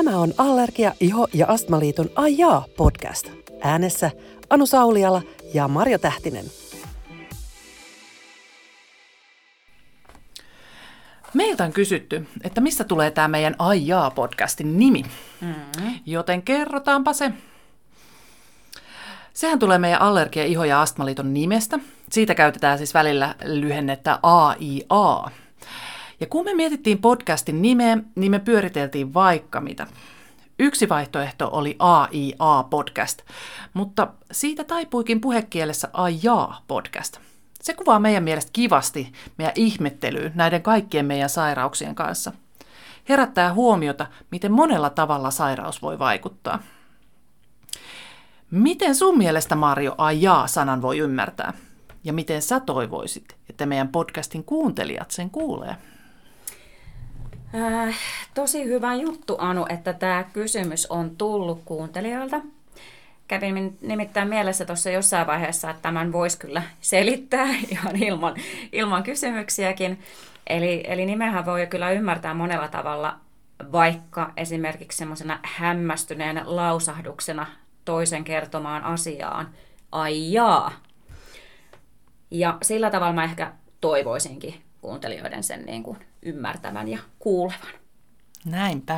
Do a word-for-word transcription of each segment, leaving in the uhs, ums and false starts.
Tämä on Allergia, Iho ja Astmaliiton Ai jaa podcast. Äänessä Anu Sauliala ja Marjo Tähtinen. Meiltä on kysytty, että mistä tulee tämä meidän Ai jaa podcastin nimi. Mm-hmm. Joten kerrotaanpa se. Sehän tulee meidän Allergia, Iho ja Astmaliiton nimestä. Siitä käytetään siis välillä lyhennettä A I A. Ja kun me mietittiin podcastin nimeä, niin me pyöriteltiin vaikka mitä. Yksi vaihtoehto oli A I A-podcast, mutta siitä taipuikin puhekielessä Ai jaa-podcast. Se kuvaa meidän mielestä kivasti meidän ihmettelyyn näiden kaikkien meidän sairauksien kanssa. Herättää huomiota, miten monella tavalla sairaus voi vaikuttaa. Miten sun mielestä, Marjo, Ai jaa-sanan voi ymmärtää? Ja miten sä toivoisit, että meidän podcastin kuuntelijat sen kuulee? Äh, tosi hyvä juttu, Anu, että tämä kysymys on tullut kuuntelijoilta. Kävin nimittäin mielessä tuossa jossain vaiheessa, että tämän voisi kyllä selittää ihan ilman, ilman kysymyksiäkin. Eli, eli nimehän voi kyllä ymmärtää monella tavalla, vaikka esimerkiksi semmoisena hämmästyneen lausahduksena toisen kertomaan asiaan. Ai jaa. Ja sillä tavalla mä ehkä toivoisinkin kuuntelijoiden sen niin kuin ymmärtävän ja kuulevan. Näinpä.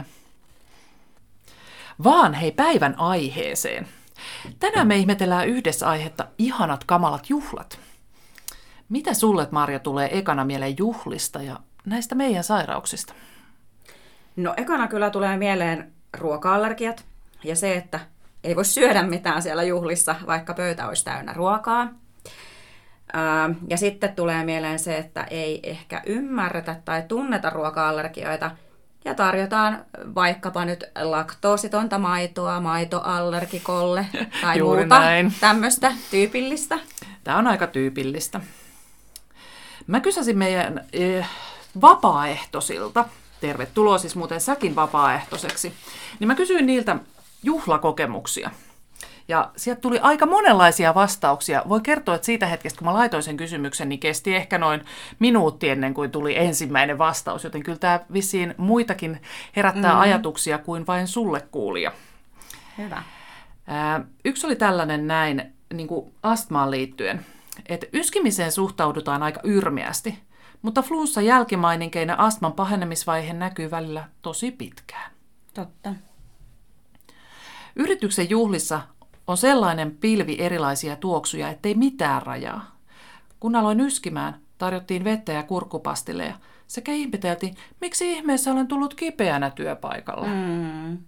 Vaan hei päivän aiheeseen. Tänään me ihmetellään yhdessä aihetta ihanat kamalat juhlat. Mitä sulle, Marja, tulee ekana mieleen juhlista ja näistä meidän sairauksista? No ekana kyllä tulee mieleen ruoka-allergiat ja se, että ei voi syödä mitään siellä juhlissa, vaikka pöytä olisi täynnä ruokaa. Ja sitten tulee mieleen se, että ei ehkä ymmärretä tai tunneta ruoka-allergioita ja tarjotaan vaikkapa nyt laktoositonta maitoa maitoallergikolle tai muuta tämmöistä tyypillistä. Tämä on aika tyypillistä. Mä kysäsin meidän eh, vapaaehtoisilta, tervetuloa siis muuten säkin vapaaehtoiseksi, niin mä kysyin niiltä juhlakokemuksia. Ja sieltä tuli aika monenlaisia vastauksia. Voi kertoa, että siitä hetkestä, kun mä laitoin sen kysymyksen, niin kesti ehkä noin minuutti ennen kuin tuli ensimmäinen vastaus. Joten kyllä tämä vissiin muitakin herättää mm. ajatuksia kuin vain sulle, kuulija. Hyvä. Ää, yksi oli tällainen näin niin kuin astmaan liittyen, että yskimiseen suhtaudutaan aika yrmiästi, mutta flunssan jälkimaininkeina astman pahenemisvaihe näkyy välillä tosi pitkään. Totta. Yrityksen juhlissa on sellainen pilvi erilaisia tuoksuja, ettei mitään rajaa. Kun aloin yskimään, tarjottiin vettä ja kurkkupastilleja sekä ihmeteltiin, miksi ihmeessä olen tullut kipeänä työpaikalla. Mm.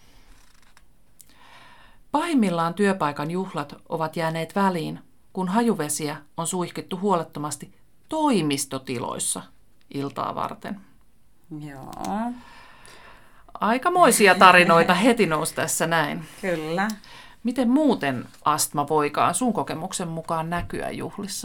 Pahimmillaan työpaikan juhlat ovat jääneet väliin, kun hajuvesiä on suihkittu huolettomasti toimistotiloissa iltaa varten. Joo. Aikamoisia tarinoita heti nousi tässä näin. Kyllä. Miten muuten astma voikaan sun kokemuksen mukaan näkyä juhlissa?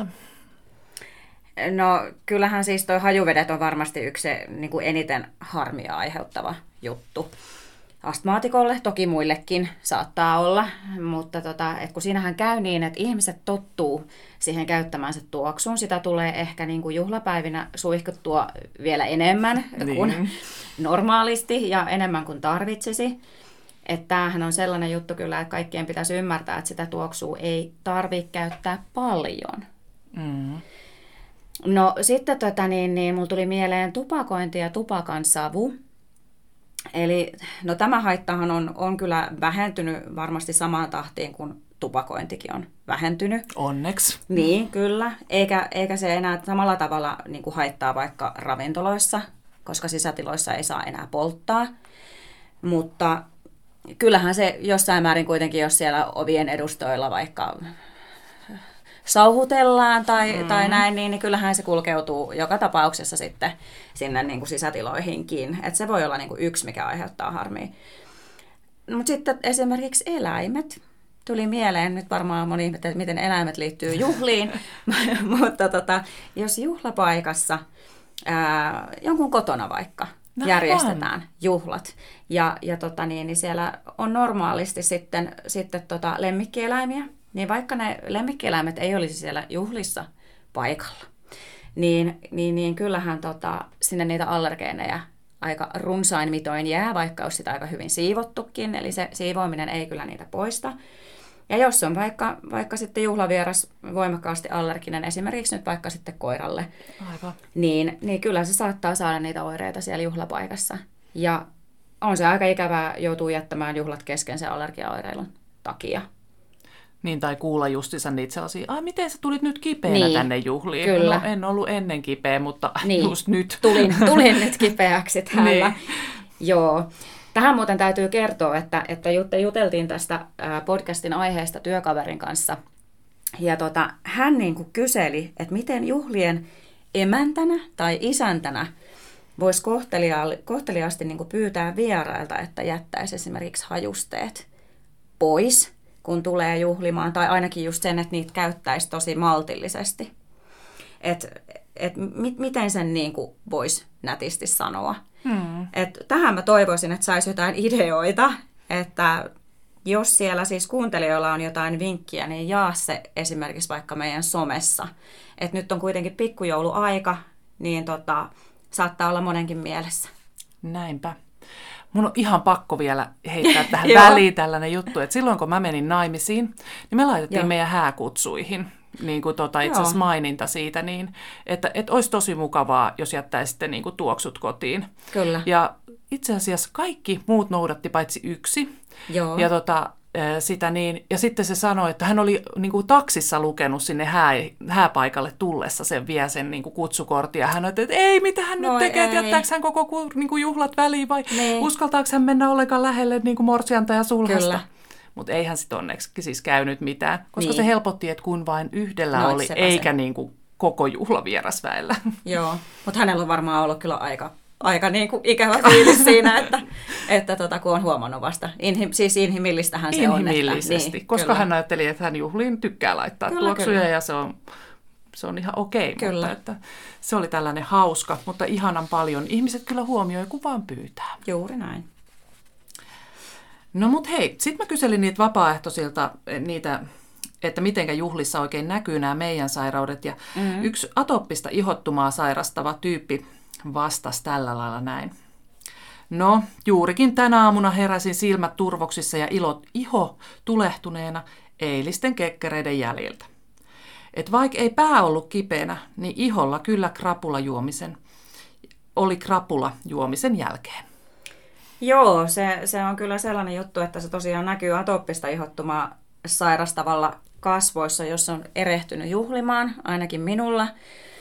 No kyllähän siis toi hajuvedet on varmasti yksi se niin kuin eniten harmia aiheuttava juttu. Astmaatikolle, toki muillekin saattaa olla, mutta tota, et kun siinähän käy niin, että ihmiset tottuu siihen käyttämänsä tuoksuun. Sitä tulee ehkä niin kuin juhlapäivinä suihkuttua vielä enemmän niin kuin normaalisti ja enemmän kuin tarvitsisi. Että tämähän on sellainen juttu kyllä, että kaikkien pitäisi ymmärtää, että sitä tuoksua ei tarvitse käyttää paljon. Mm. No sitten tota, niin, niin, mulla tuli mieleen tupakointi ja tupakan savu. Eli no tämä haittahan on, on kyllä vähentynyt varmasti samaan tahtiin kuin tupakointikin on vähentynyt. Onneksi. Niin, kyllä. Eikä, eikä se enää samalla tavalla niin kuin haittaa vaikka ravintoloissa, koska sisätiloissa ei saa enää polttaa. Mutta kyllähän se jossain määrin kuitenkin, jos siellä ovien edustoilla vaikka sauhutellaan tai, mm. tai näin, niin, niin kyllähän se kulkeutuu joka tapauksessa sitten sinne niin kuin sisätiloihinkin. Et se voi olla niin kuin yksi, mikä aiheuttaa harmia. Mutta sitten esimerkiksi eläimet. Tuli mieleen, nyt varmaan moni ihmettelee, että miten eläimet liittyy juhliin, mutta tota, jos juhlapaikassa ää, jonkun kotona vaikka no, järjestetään on. juhlat ja, ja tota niin, niin siellä on normaalisti sitten, sitten tota lemmikkieläimiä, niin vaikka ne lemmikkieläimet ei olisi siellä juhlissa paikalla, niin, niin, niin kyllähän tota, sinne niitä allergeeneja aika runsain mitoin jää, vaikka olisi sitä aika hyvin siivottukin, eli se siivoaminen ei kyllä niitä poista. Ja jos on vaikka, vaikka sitten juhlavieras voimakkaasti allerginen, esimerkiksi nyt vaikka sitten koiralle, Aivan. Niin, niin kyllä se saattaa saada niitä oireita siellä juhlapaikassa. Ja on se aika ikävää joutuu jättämään juhlat kesken sen allergiaoireilun takia. Niin, tai kuulla justiinsa niitä sellaisia, ai miten sä tulit nyt kipeänä niin, tänne juhliin? Kyllä. No, en ollut ennen kipeä, mutta niin, just nyt. Tulin, tulin nyt kipeäksi täällä. Niin. Joo. Tähän muuten täytyy kertoa, että, että juteltiin tästä podcastin aiheesta työkaverin kanssa. Ja tota, hän niin kuin kyseli, että miten juhlien emäntänä tai isäntänä voisi kohtelia- kohteliaasti niin kuin pyytää vierailta, että jättäisi esimerkiksi hajusteet pois, kun tulee juhlimaan. Tai ainakin just sen, että niitä käyttäisi tosi maltillisesti. Että et mit, miten sen niin kuin voisi nätisti sanoa. Hmm. Et tähän mä toivoisin, että saisi jotain ideoita, että jos siellä siis kuuntelijoilla on jotain vinkkiä, niin jaa se esimerkiksi vaikka meidän somessa. Että nyt on kuitenkin pikkujouluaika, niin tota, saattaa olla monenkin mielessä. Näinpä. Mun on ihan pakko vielä heittää tähän väliin tällainen juttu, että silloin kun mä menin naimisiin, niin me laitettiin Joo. meidän hääkutsuihin. Niin kuin tota, itse asiassa maininta siitä, niin, että, että olisi tosi mukavaa, jos jättäisitte niin kuin tuoksut kotiin. Kyllä. Ja itse asiassa kaikki muut noudatti paitsi yksi. Joo. Ja, tota, sitä niin, ja sitten se sanoi, että hän oli niin kuin taksissa lukenut sinne hää, hääpaikalle tullessa sen vie sen niin kuin kutsukortin. Ja hän oli, että ei, mitä hän nyt Noi tekee, ei. jättääkö hän koko niin kuin juhlat väliin vai niin. uskaltaako hän mennä ollenkaan lähelle niin kuin morsianta ja sulhasta. Kyllä. Mutta eihän sitten onneksi siis käynyt mitään, koska niin. se helpotti, että kun vain yhdellä no, oli, eikä niin kuin koko juhlavierasväellä. Joo, mutta hänellä on varmaan ollut kyllä aika, aika niin kuin ikävä fiilis siinä, että, että tota, kun on huomannut vasta. Inhi, siis inhimillistähän se on. Inhimillisesti, niin, koska kyllä. hän ajatteli, että hän juhliin tykkää laittaa kyllä, tuoksuja kyllä. ja se on, se on ihan okei. Mutta että se oli tällainen hauska, mutta ihanan paljon. Ihmiset kyllä huomioi, kun vaan pyytää. Juuri näin. No mut hei, sit mä kyselin niitä vapaaehtoisilta, niitä, että mitenkä juhlissa oikein näkyy nämä meidän sairaudet. Ja mm-hmm. yksi atooppista ihottumaa sairastava tyyppi vastasi tällä lailla näin. No, juurikin tänä aamuna heräsin silmät turvoksissa ja ilo, iho tulehtuneena eilisten kekkereiden jäljiltä. Et vaikka ei pää ollut kipeänä, niin iholla kyllä krapula juomisen, oli krapula juomisen jälkeen. Joo, se, se on kyllä sellainen juttu, että se tosiaan näkyy atooppista ihottumaa sairastavalla kasvoissa, jos on erehtynyt juhlimaan, ainakin minulla.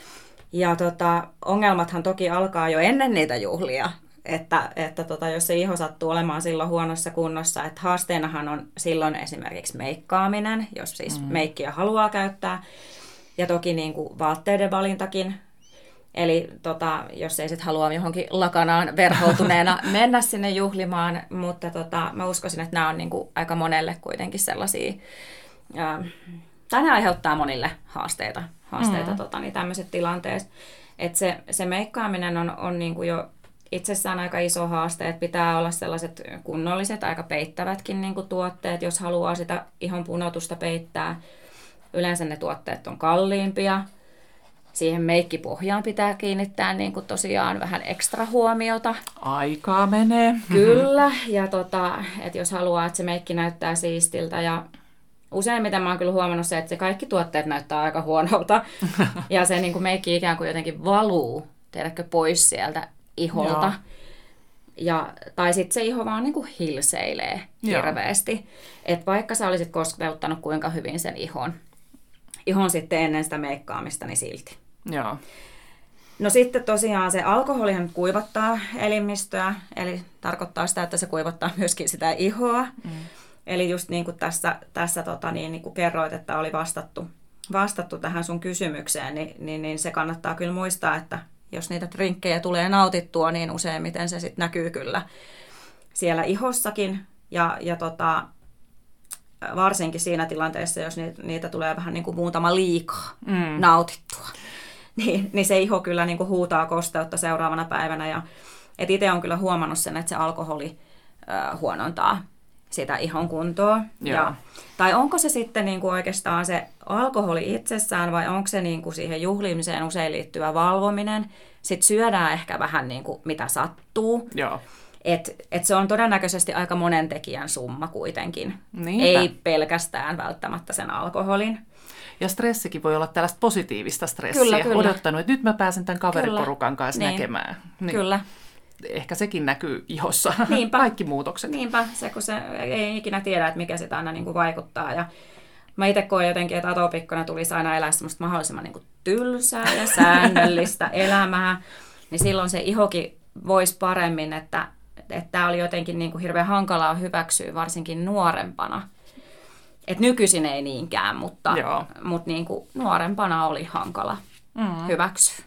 Ja tota, ongelmathan toki alkaa jo ennen niitä juhlia, että, että tota, jos se iho sattuu olemaan silloin huonossa kunnossa, että haasteenahan on silloin esimerkiksi meikkaaminen, jos siis mm. meikkiä haluaa käyttää, ja toki niin kuin vaatteiden valintakin. Eli tota, jos ei sit halua johonkin lakanaan verhoutuneena mennä sinne juhlimaan, mutta tota, mä uskoisin, että nämä on niinku aika monelle kuitenkin sellaisia, ää, tai ne aiheuttaa monille haasteita, haasteita mm-hmm. tota, niin tämmöiset tilanteet. Että se, se meikkaaminen on, on niinku jo itsessään aika iso haaste, että pitää olla sellaiset kunnolliset, aika peittävätkin niinku tuotteet, jos haluaa sitä ihon punotusta peittää. Yleensä ne tuotteet on kalliimpia. Siihen meikkipohjaan pitää kiinnittää niin kuin tosiaan vähän ekstra huomiota. Aikaa menee. Kyllä, ja tota, että jos haluaa, että se meikki näyttää siistiltä. Ja useimmiten mä oon kyllä huomannut se, että se kaikki tuotteet näyttää aika huonolta. Ja se niin kuin meikki ikään kuin jotenkin valuu, tiedätkö, pois sieltä iholta. Ja, tai sitten se iho vaan niin kuin hilseilee hirveästi. Että vaikka sä olisit koskeuttanut kuinka hyvin sen ihon, ihon sitten ennen sitä meikkaamista, niin silti. Joo. No sitten tosiaan se alkoholihan kuivattaa elimistöä, eli tarkoittaa sitä, että se kuivattaa myöskin sitä ihoa. Mm. Eli just niin kuin tässä, tässä tota, niin, niin kuin kerroit, että oli vastattu, vastattu tähän sun kysymykseen, niin, niin, niin se kannattaa kyllä muistaa, että jos niitä drinkkejä tulee nautittua, niin useimmiten se sitten näkyy kyllä siellä ihossakin. Ja, ja tota, varsinkin siinä tilanteessa, jos niitä, niitä tulee vähän niin kuin muutama liikaa mm. nautittua. Niin, niin se iho kyllä niin kuin huutaa kosteutta seuraavana päivänä. Ja, et itse olen kyllä huomannut sen, että se alkoholi äh, huonontaa sitä ihon kuntoa. Ja, tai onko se sitten niin kuin oikeastaan se alkoholi itsessään vai onko se niin kuin siihen juhlimiseen usein liittyvä valvominen. Sitten syödään ehkä vähän niin kuin mitä sattuu. Joo. Et, et se on todennäköisesti aika monen tekijän summa kuitenkin. Niinpä. Ei pelkästään välttämättä sen alkoholin. Ja stressikin voi olla tällaista positiivista stressiä. Kyllä, kyllä. Odottanut, että nyt mä pääsen tämän kaveriporukan Kyllä. kanssa niin. näkemään. Niin. Kyllä. Ehkä sekin näkyy ihossa. Niinpä. Kaikki muutokset. Niinpä, se kun se ei ikinä tiedä, että mikä sitä aina niin kuin vaikuttaa. Ja mä itse koen jotenkin, että atopikkona tulisi aina elää semmoista mahdollisimman niin kuin tylsää ja säännöllistä elämää. Niin silloin se ihokin voisi paremmin, että tämä oli jotenkin niin kuin hirveän hankalaa hyväksyä, varsinkin nuorempana. Et nykyisin ei niinkään, mutta, mutta niin kuin nuorempana oli hankala mm. hyväksyä.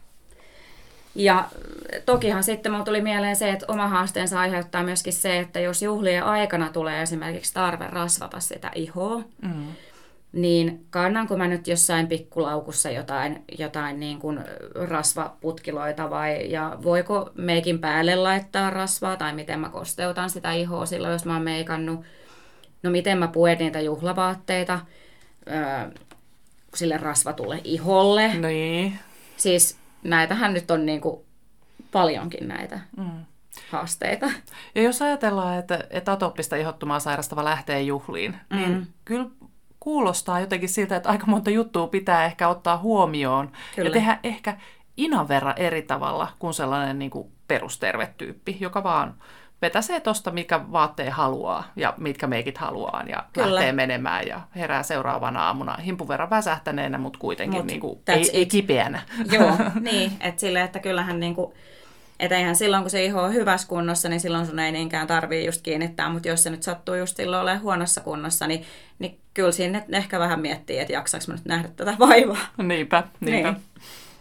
Ja tokihan sitten mulle tuli mieleen se, että oma haasteensa aiheuttaa myöskin se, että jos juhlien aikana tulee esimerkiksi tarve rasvata sitä ihoa, mm. niin kannanko mä nyt jossain pikkulaukussa jotain, jotain niin kuin rasvaputkiloita vai ja voiko meikin päälle laittaa rasvaa tai miten mä kosteutan sitä ihoa silloin, jos mä oon meikannut. No miten mä puen niitä juhlavaatteita öö, sille rasvatulle iholle. Niin. Siis näitähän nyt on niin kuin paljonkin näitä mm. haasteita. Ja jos ajatellaan, että, että atooppista ihottumaa sairastava lähtee juhliin, mm. niin kyllä kuulostaa jotenkin siltä, että aika monta juttua pitää ehkä ottaa huomioon. Kyllä. Ja tehdä ehkä inan verran eri tavalla kuin sellainen niin kuin perustervetyyppi, joka vaan vetäsee tuosta, mikä vaatteen haluaa ja mitkä meikit haluaa ja Kyllä. lähtee menemään ja herää seuraavana aamuna himpun verran väsähtäneenä, mutta kuitenkin Mut niin kuin, ei, ei kipeänä. Joo, niin, että silleen, että kyllähän niin kuin, et eihän silloin, kun se iho on hyvässä kunnossa, niin silloin sun ei niinkään tarvii just kiinnittää, mutta jos se nyt sattuu just silloin olemaan huonossa kunnossa, niin, niin kyllä siinä ehkä vähän miettii, että jaksaanko mä nyt nähdä tätä vaivaa. Niinpä, niinpä. Niin.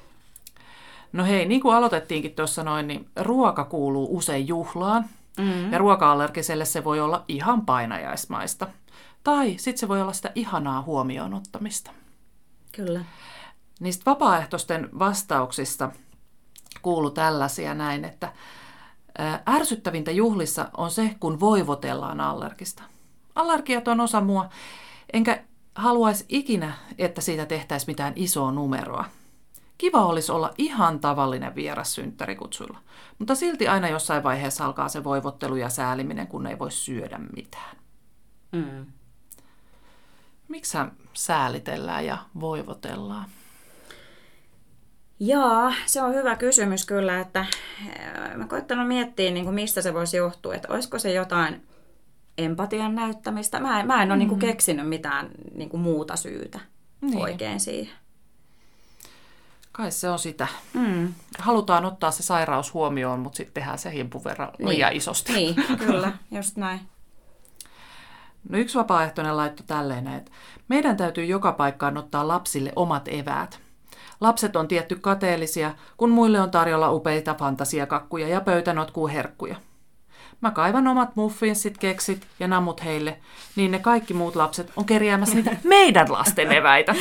No hei, niin kuin aloitettiinkin tuossa noin, niin ruoka kuuluu usein juhlaan. Mm-hmm. Ja ruoka-allergiselle se voi olla ihan painajaismaista. Tai sitten se voi olla sitä ihanaa huomioon ottamista. Kyllä. Niistä vapaaehtoisten vastauksista kuului tällaisia näin, että ärsyttävintä juhlissa on se, kun voivotellaan allergista. Allergiat on osa mua, enkä haluaisi ikinä, että siitä tehtäisiin mitään isoa numeroa. Kiva olisi olla ihan tavallinen vieras synttärikutsuilla, mutta silti aina jossain vaiheessa alkaa se voivottelu ja sääliminen, kun ei voi syödä mitään. Mm. Miksi säälitellään ja voivotellaan? Jaa, se on hyvä kysymys kyllä, että mä koittanut miettiä, niin kuin mistä se voisi johtua, että olisiko se jotain empatian näyttämistä. Mä en, mä en ole mm. niin kuin keksinyt mitään niin kuin muuta syytä niin. oikein siihen. Kai se on sitä. Mm. Halutaan ottaa se sairaus huomioon, mutta sitten tehdään se himpun verran niin. liian isosti. Niin, kyllä, just näin. No yksi vapaaehtoinen laittoi tälleen, että meidän täytyy joka paikkaan ottaa lapsille omat eväät. Lapset on tietty kateellisia, kun muille on tarjolla upeita fantasiakakkuja ja pöytänotkuu herkkuja. Mä kaivan omat muffinsit, keksit ja namut heille, niin ne kaikki muut lapset on kerjäämässä niitä meidän lasten eväitä.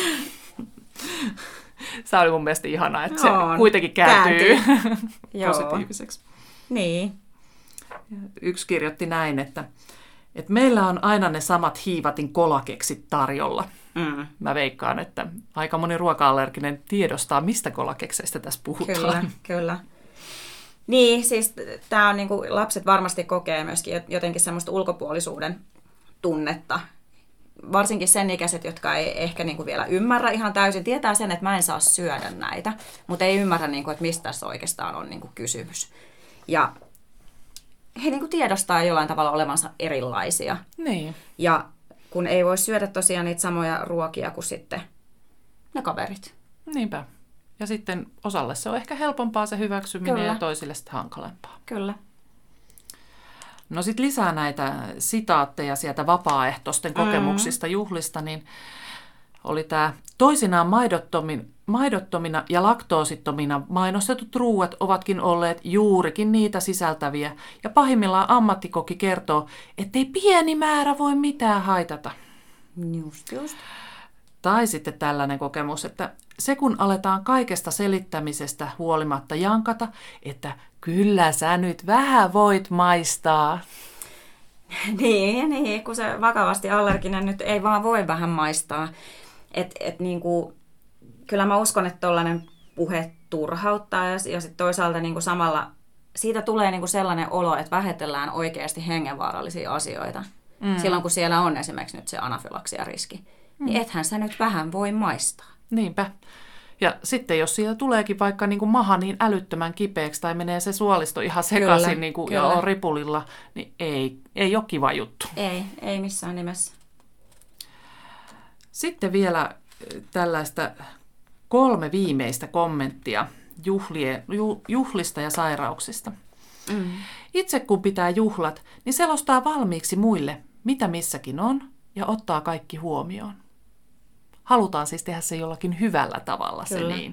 Se oli mun mielestä ihanaa, että se on. kuitenkin kääntyy, kääntyy. positiiviseksi. Niin. Yksi kirjoitti näin, että, että meillä on aina ne samat hiivatin kolakeksit tarjolla. Mm. Mä veikkaan, että aika moni ruoka-allerginen tiedostaa, mistä kolakekseistä tässä puhutaan. Kyllä, kyllä. Niin, siis tää on niinku, lapset varmasti kokee myöskin jotenkin semmoista ulkopuolisuuden tunnetta. Varsinkin sen ikäiset, jotka ei ehkä niinku vielä ymmärrä ihan täysin. Tietää sen, että mä en saa syödä näitä, mutta ei ymmärrä, niinku, että mistä tässä oikeastaan on niinku kysymys. Ja he niinku tiedostaa jollain tavalla olevansa erilaisia. Niin. Ja kun ei voi syödä tosiaan niitä samoja ruokia kuin sitten ne kaverit. Niinpä. Ja sitten osalle se on ehkä helpompaa se hyväksyminen Kyllä. ja toisille sitten hankalempaa. Kyllä. No sitten lisää näitä sitaatteja sieltä vapaaehtoisten kokemuksista mm. juhlista, niin oli tämä toisinaan maidottomin, maidottomina ja laktoosittomina mainostetut ruuat ovatkin olleet juurikin niitä sisältäviä, ja pahimmillaan ammattikoki kertoo, ettei pieni määrä voi mitään haitata. Just, just. Tai sitten tällainen kokemus, että se kun aletaan kaikesta selittämisestä huolimatta jankata, että kyllä sä nyt vähän voit maistaa. Niin, niin, kun se vakavasti allerginen nyt ei vaan voi vähän maistaa. Et, et niinku, kyllä mä uskon, että tollainen puhe turhauttaa ja, ja sitten toisaalta niinku samalla siitä tulee niinku sellainen olo, että vähätellään oikeasti hengenvaarallisia asioita. Mm. Silloin kun siellä on esimerkiksi nyt se anafylaksiariski, mm. niin ethän sä nyt vähän voi maistaa. Niinpä. Ja sitten jos siitä tuleekin vaikka niin kuin maha niin älyttömän kipeäksi tai menee se suolisto ihan sekaisin kyllä, niin kuin ja on ripulilla, niin ei, ei ole kiva juttu. Ei, ei missään nimessä. Sitten vielä tällaista kolme viimeistä kommenttia juhlie, ju, juhlista ja sairauksista. Mm. Itse kun pitää juhlat, niin selostaa valmiiksi muille, mitä missäkin on ja ottaa kaikki huomioon. Halutaan siis tehdä se jollakin hyvällä tavalla se niin.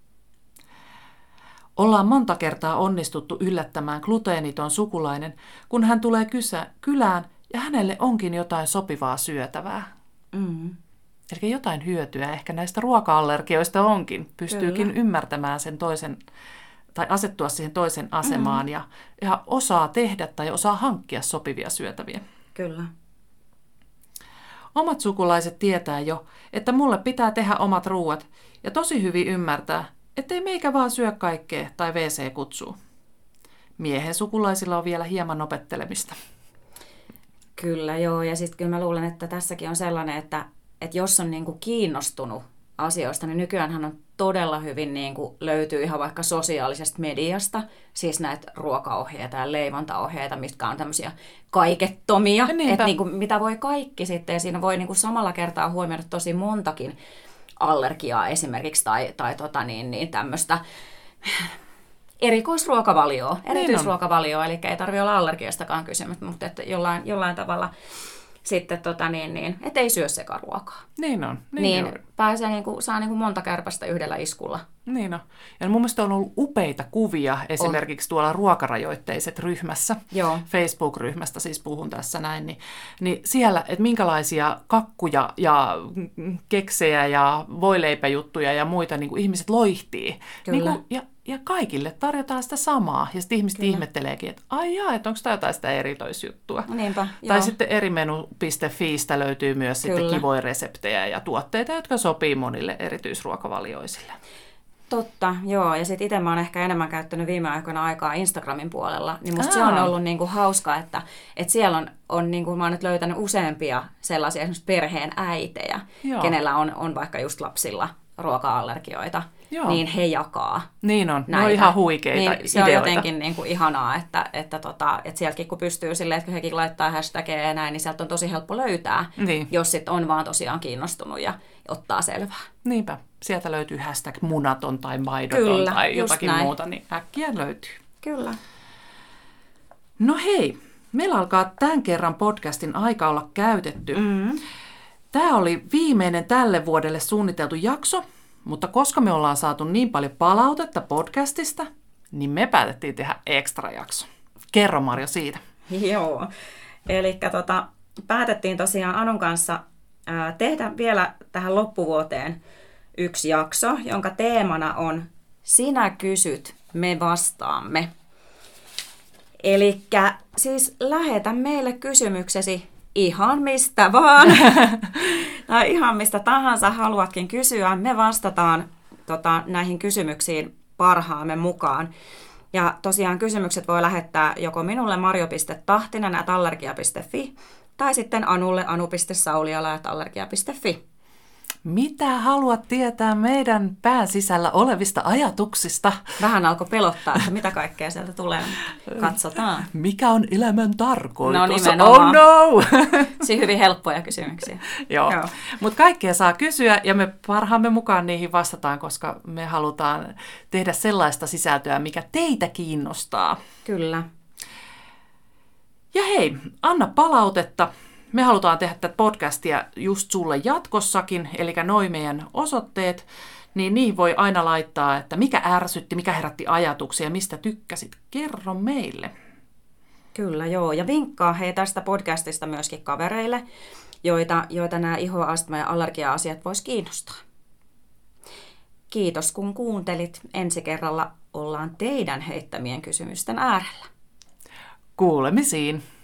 Ollaan monta kertaa onnistuttu yllättämään gluteeniton sukulainen, kun hän tulee kysä, kylään ja hänelle onkin jotain sopivaa syötävää. Mm. Eli jotain hyötyä ehkä näistä ruoka-allergioista onkin. Pystyykin Kyllä. ymmärtämään sen toisen, tai asettua siihen toisen asemaan mm. ja, ja osaa tehdä tai osaa hankkia sopivia syötäviä. Kyllä. Omat sukulaiset tietää jo, että mulle pitää tehdä omat ruuat ja tosi hyvin ymmärtää, ettei meikä vaan syö kaikkea tai V C kutsuu. Miehen sukulaisilla on vielä hieman opettelemista. Kyllä joo, ja sitten kyllä mä luulen, että tässäkin on sellainen, että, että jos on niinku kiinnostunut asioista, niin nykyäänhän on todella hyvin niinku löytyy ihan vaikka sosiaalisesta mediasta, siis näitä ruokaohjeita ja leivontaohjeita, mitkä on tämmöisiä kaikettomia, että niinku, mitä voi kaikki sitten, ja siinä voi niinku samalla kertaa huomioida tosi montakin allergiaa esimerkiksi, tai, tai tota niin, niin tämmöistä erikoisruokavalioa, erityisruokavalioa, eli ei tarvitse olla allergiastakaan kysymys, mutta että jollain, jollain tavalla sitten, tota niin, niin, et ei syö sekaruokaa. Niin on. Niin, niin on. pääsee, niin kuin, saa niin kuin monta kärpästä yhdellä iskulla. Niin on. Ja mun mielestä on ollut upeita kuvia esimerkiksi on. tuolla ruokarajoitteiset ryhmässä, Joo. Facebook-ryhmästä siis puhun tässä näin, niin, niin siellä, että minkälaisia kakkuja ja keksejä ja voileipäjuttuja ja muita niin kuin ihmiset loihtii. Niin kuin, ja Ja kaikille tarjotaan sitä samaa. Ja sitten ihmiset Kyllä. ihmetteleekin, että ai jaa, että onko tämä jotain sitä erityisjuttua. Niinpä, tai joo. sitten erimenu piste fiistä löytyy myös Kyllä. sitten kivoja reseptejä ja tuotteita, jotka sopii monille erityisruokavalioisille. Totta, joo. Ja sitten itse mä oon ehkä enemmän käyttänyt viime aikoina aikaa Instagramin puolella. Niin musta Aa. se on ollut niinku hauska, että, että siellä on, on niinku, mä oon nyt löytänyt useampia sellaisia esimerkiksi perheen äitejä, joo. kenellä on, on vaikka just lapsilla ruoka-allergioita. Joo. Niin he jakaa. Niin on, näitä. Ne on ihan huikeita niin ideoita. Se on jotenkin niin kuin ihanaa, että, että, tota, että sieltäkin kun pystyy silleen, että kun hekin laittaa hashtageja ja näin, niin sieltä on tosi helppo löytää, niin. jos sit on vaan tosiaan kiinnostunut ja ottaa selvää. Niinpä, sieltä löytyy hashtag munaton tai maidoton Kyllä, tai jotakin näin. muuta, niin äkkiä löytyy. Kyllä. No hei, meillä alkaa tämän kerran podcastin aika olla käytetty. Mm-hmm. Tämä oli viimeinen tälle vuodelle suunniteltu jakso. Mutta koska me ollaan saatu niin paljon palautetta podcastista, niin me päätettiin tehdä ekstra jakso. Kerro Marjo siitä. Joo, eli tota, päätettiin tosiaan Anun kanssa ää, tehdä vielä tähän loppuvuoteen yksi jakso, jonka teemana on Sinä kysyt, me vastaamme. Eli siis lähetä meille kysymyksesi ihan mistä vaan, tai ihan mistä tahansa haluatkin kysyä. Me vastataan tota, näihin kysymyksiin parhaamme mukaan. Ja tosiaan kysymykset voi lähettää joko minulle marjo piste tahtinen ät allergia piste fi tai sitten Anulle anu piste sauliala ät allergia piste fi. Mitä haluat tietää meidän pään sisällä olevista ajatuksista? Vähän alkoi pelottaa, että mitä kaikkea sieltä tulee. Katsotaan. Mikä on elämän tarkoitus? No nimenomaan. Oh no! Siinä hyvin helppoja kysymyksiä. Joo, Joo. Mutta kaikkea saa kysyä ja me parhaamme mukaan niihin vastataan, koska me halutaan tehdä sellaista sisältöä, mikä teitä kiinnostaa. Kyllä. Ja hei, anna palautetta. Me halutaan tehdä tätä podcastia just sulle jatkossakin, eli noin meidän osoitteet, niin niihin voi aina laittaa, että mikä ärsytti, mikä herätti ajatuksia, mistä tykkäsit. Kerro meille. Kyllä, joo. Ja vinkkaa hei tästä podcastista myöskin kavereille, joita, joita nämä iho-, astma- ja allergia-asiat vois kiinnostaa. Kiitos kun kuuntelit. Ensi kerralla ollaan teidän heittämien kysymysten äärellä. Kuulemisiin.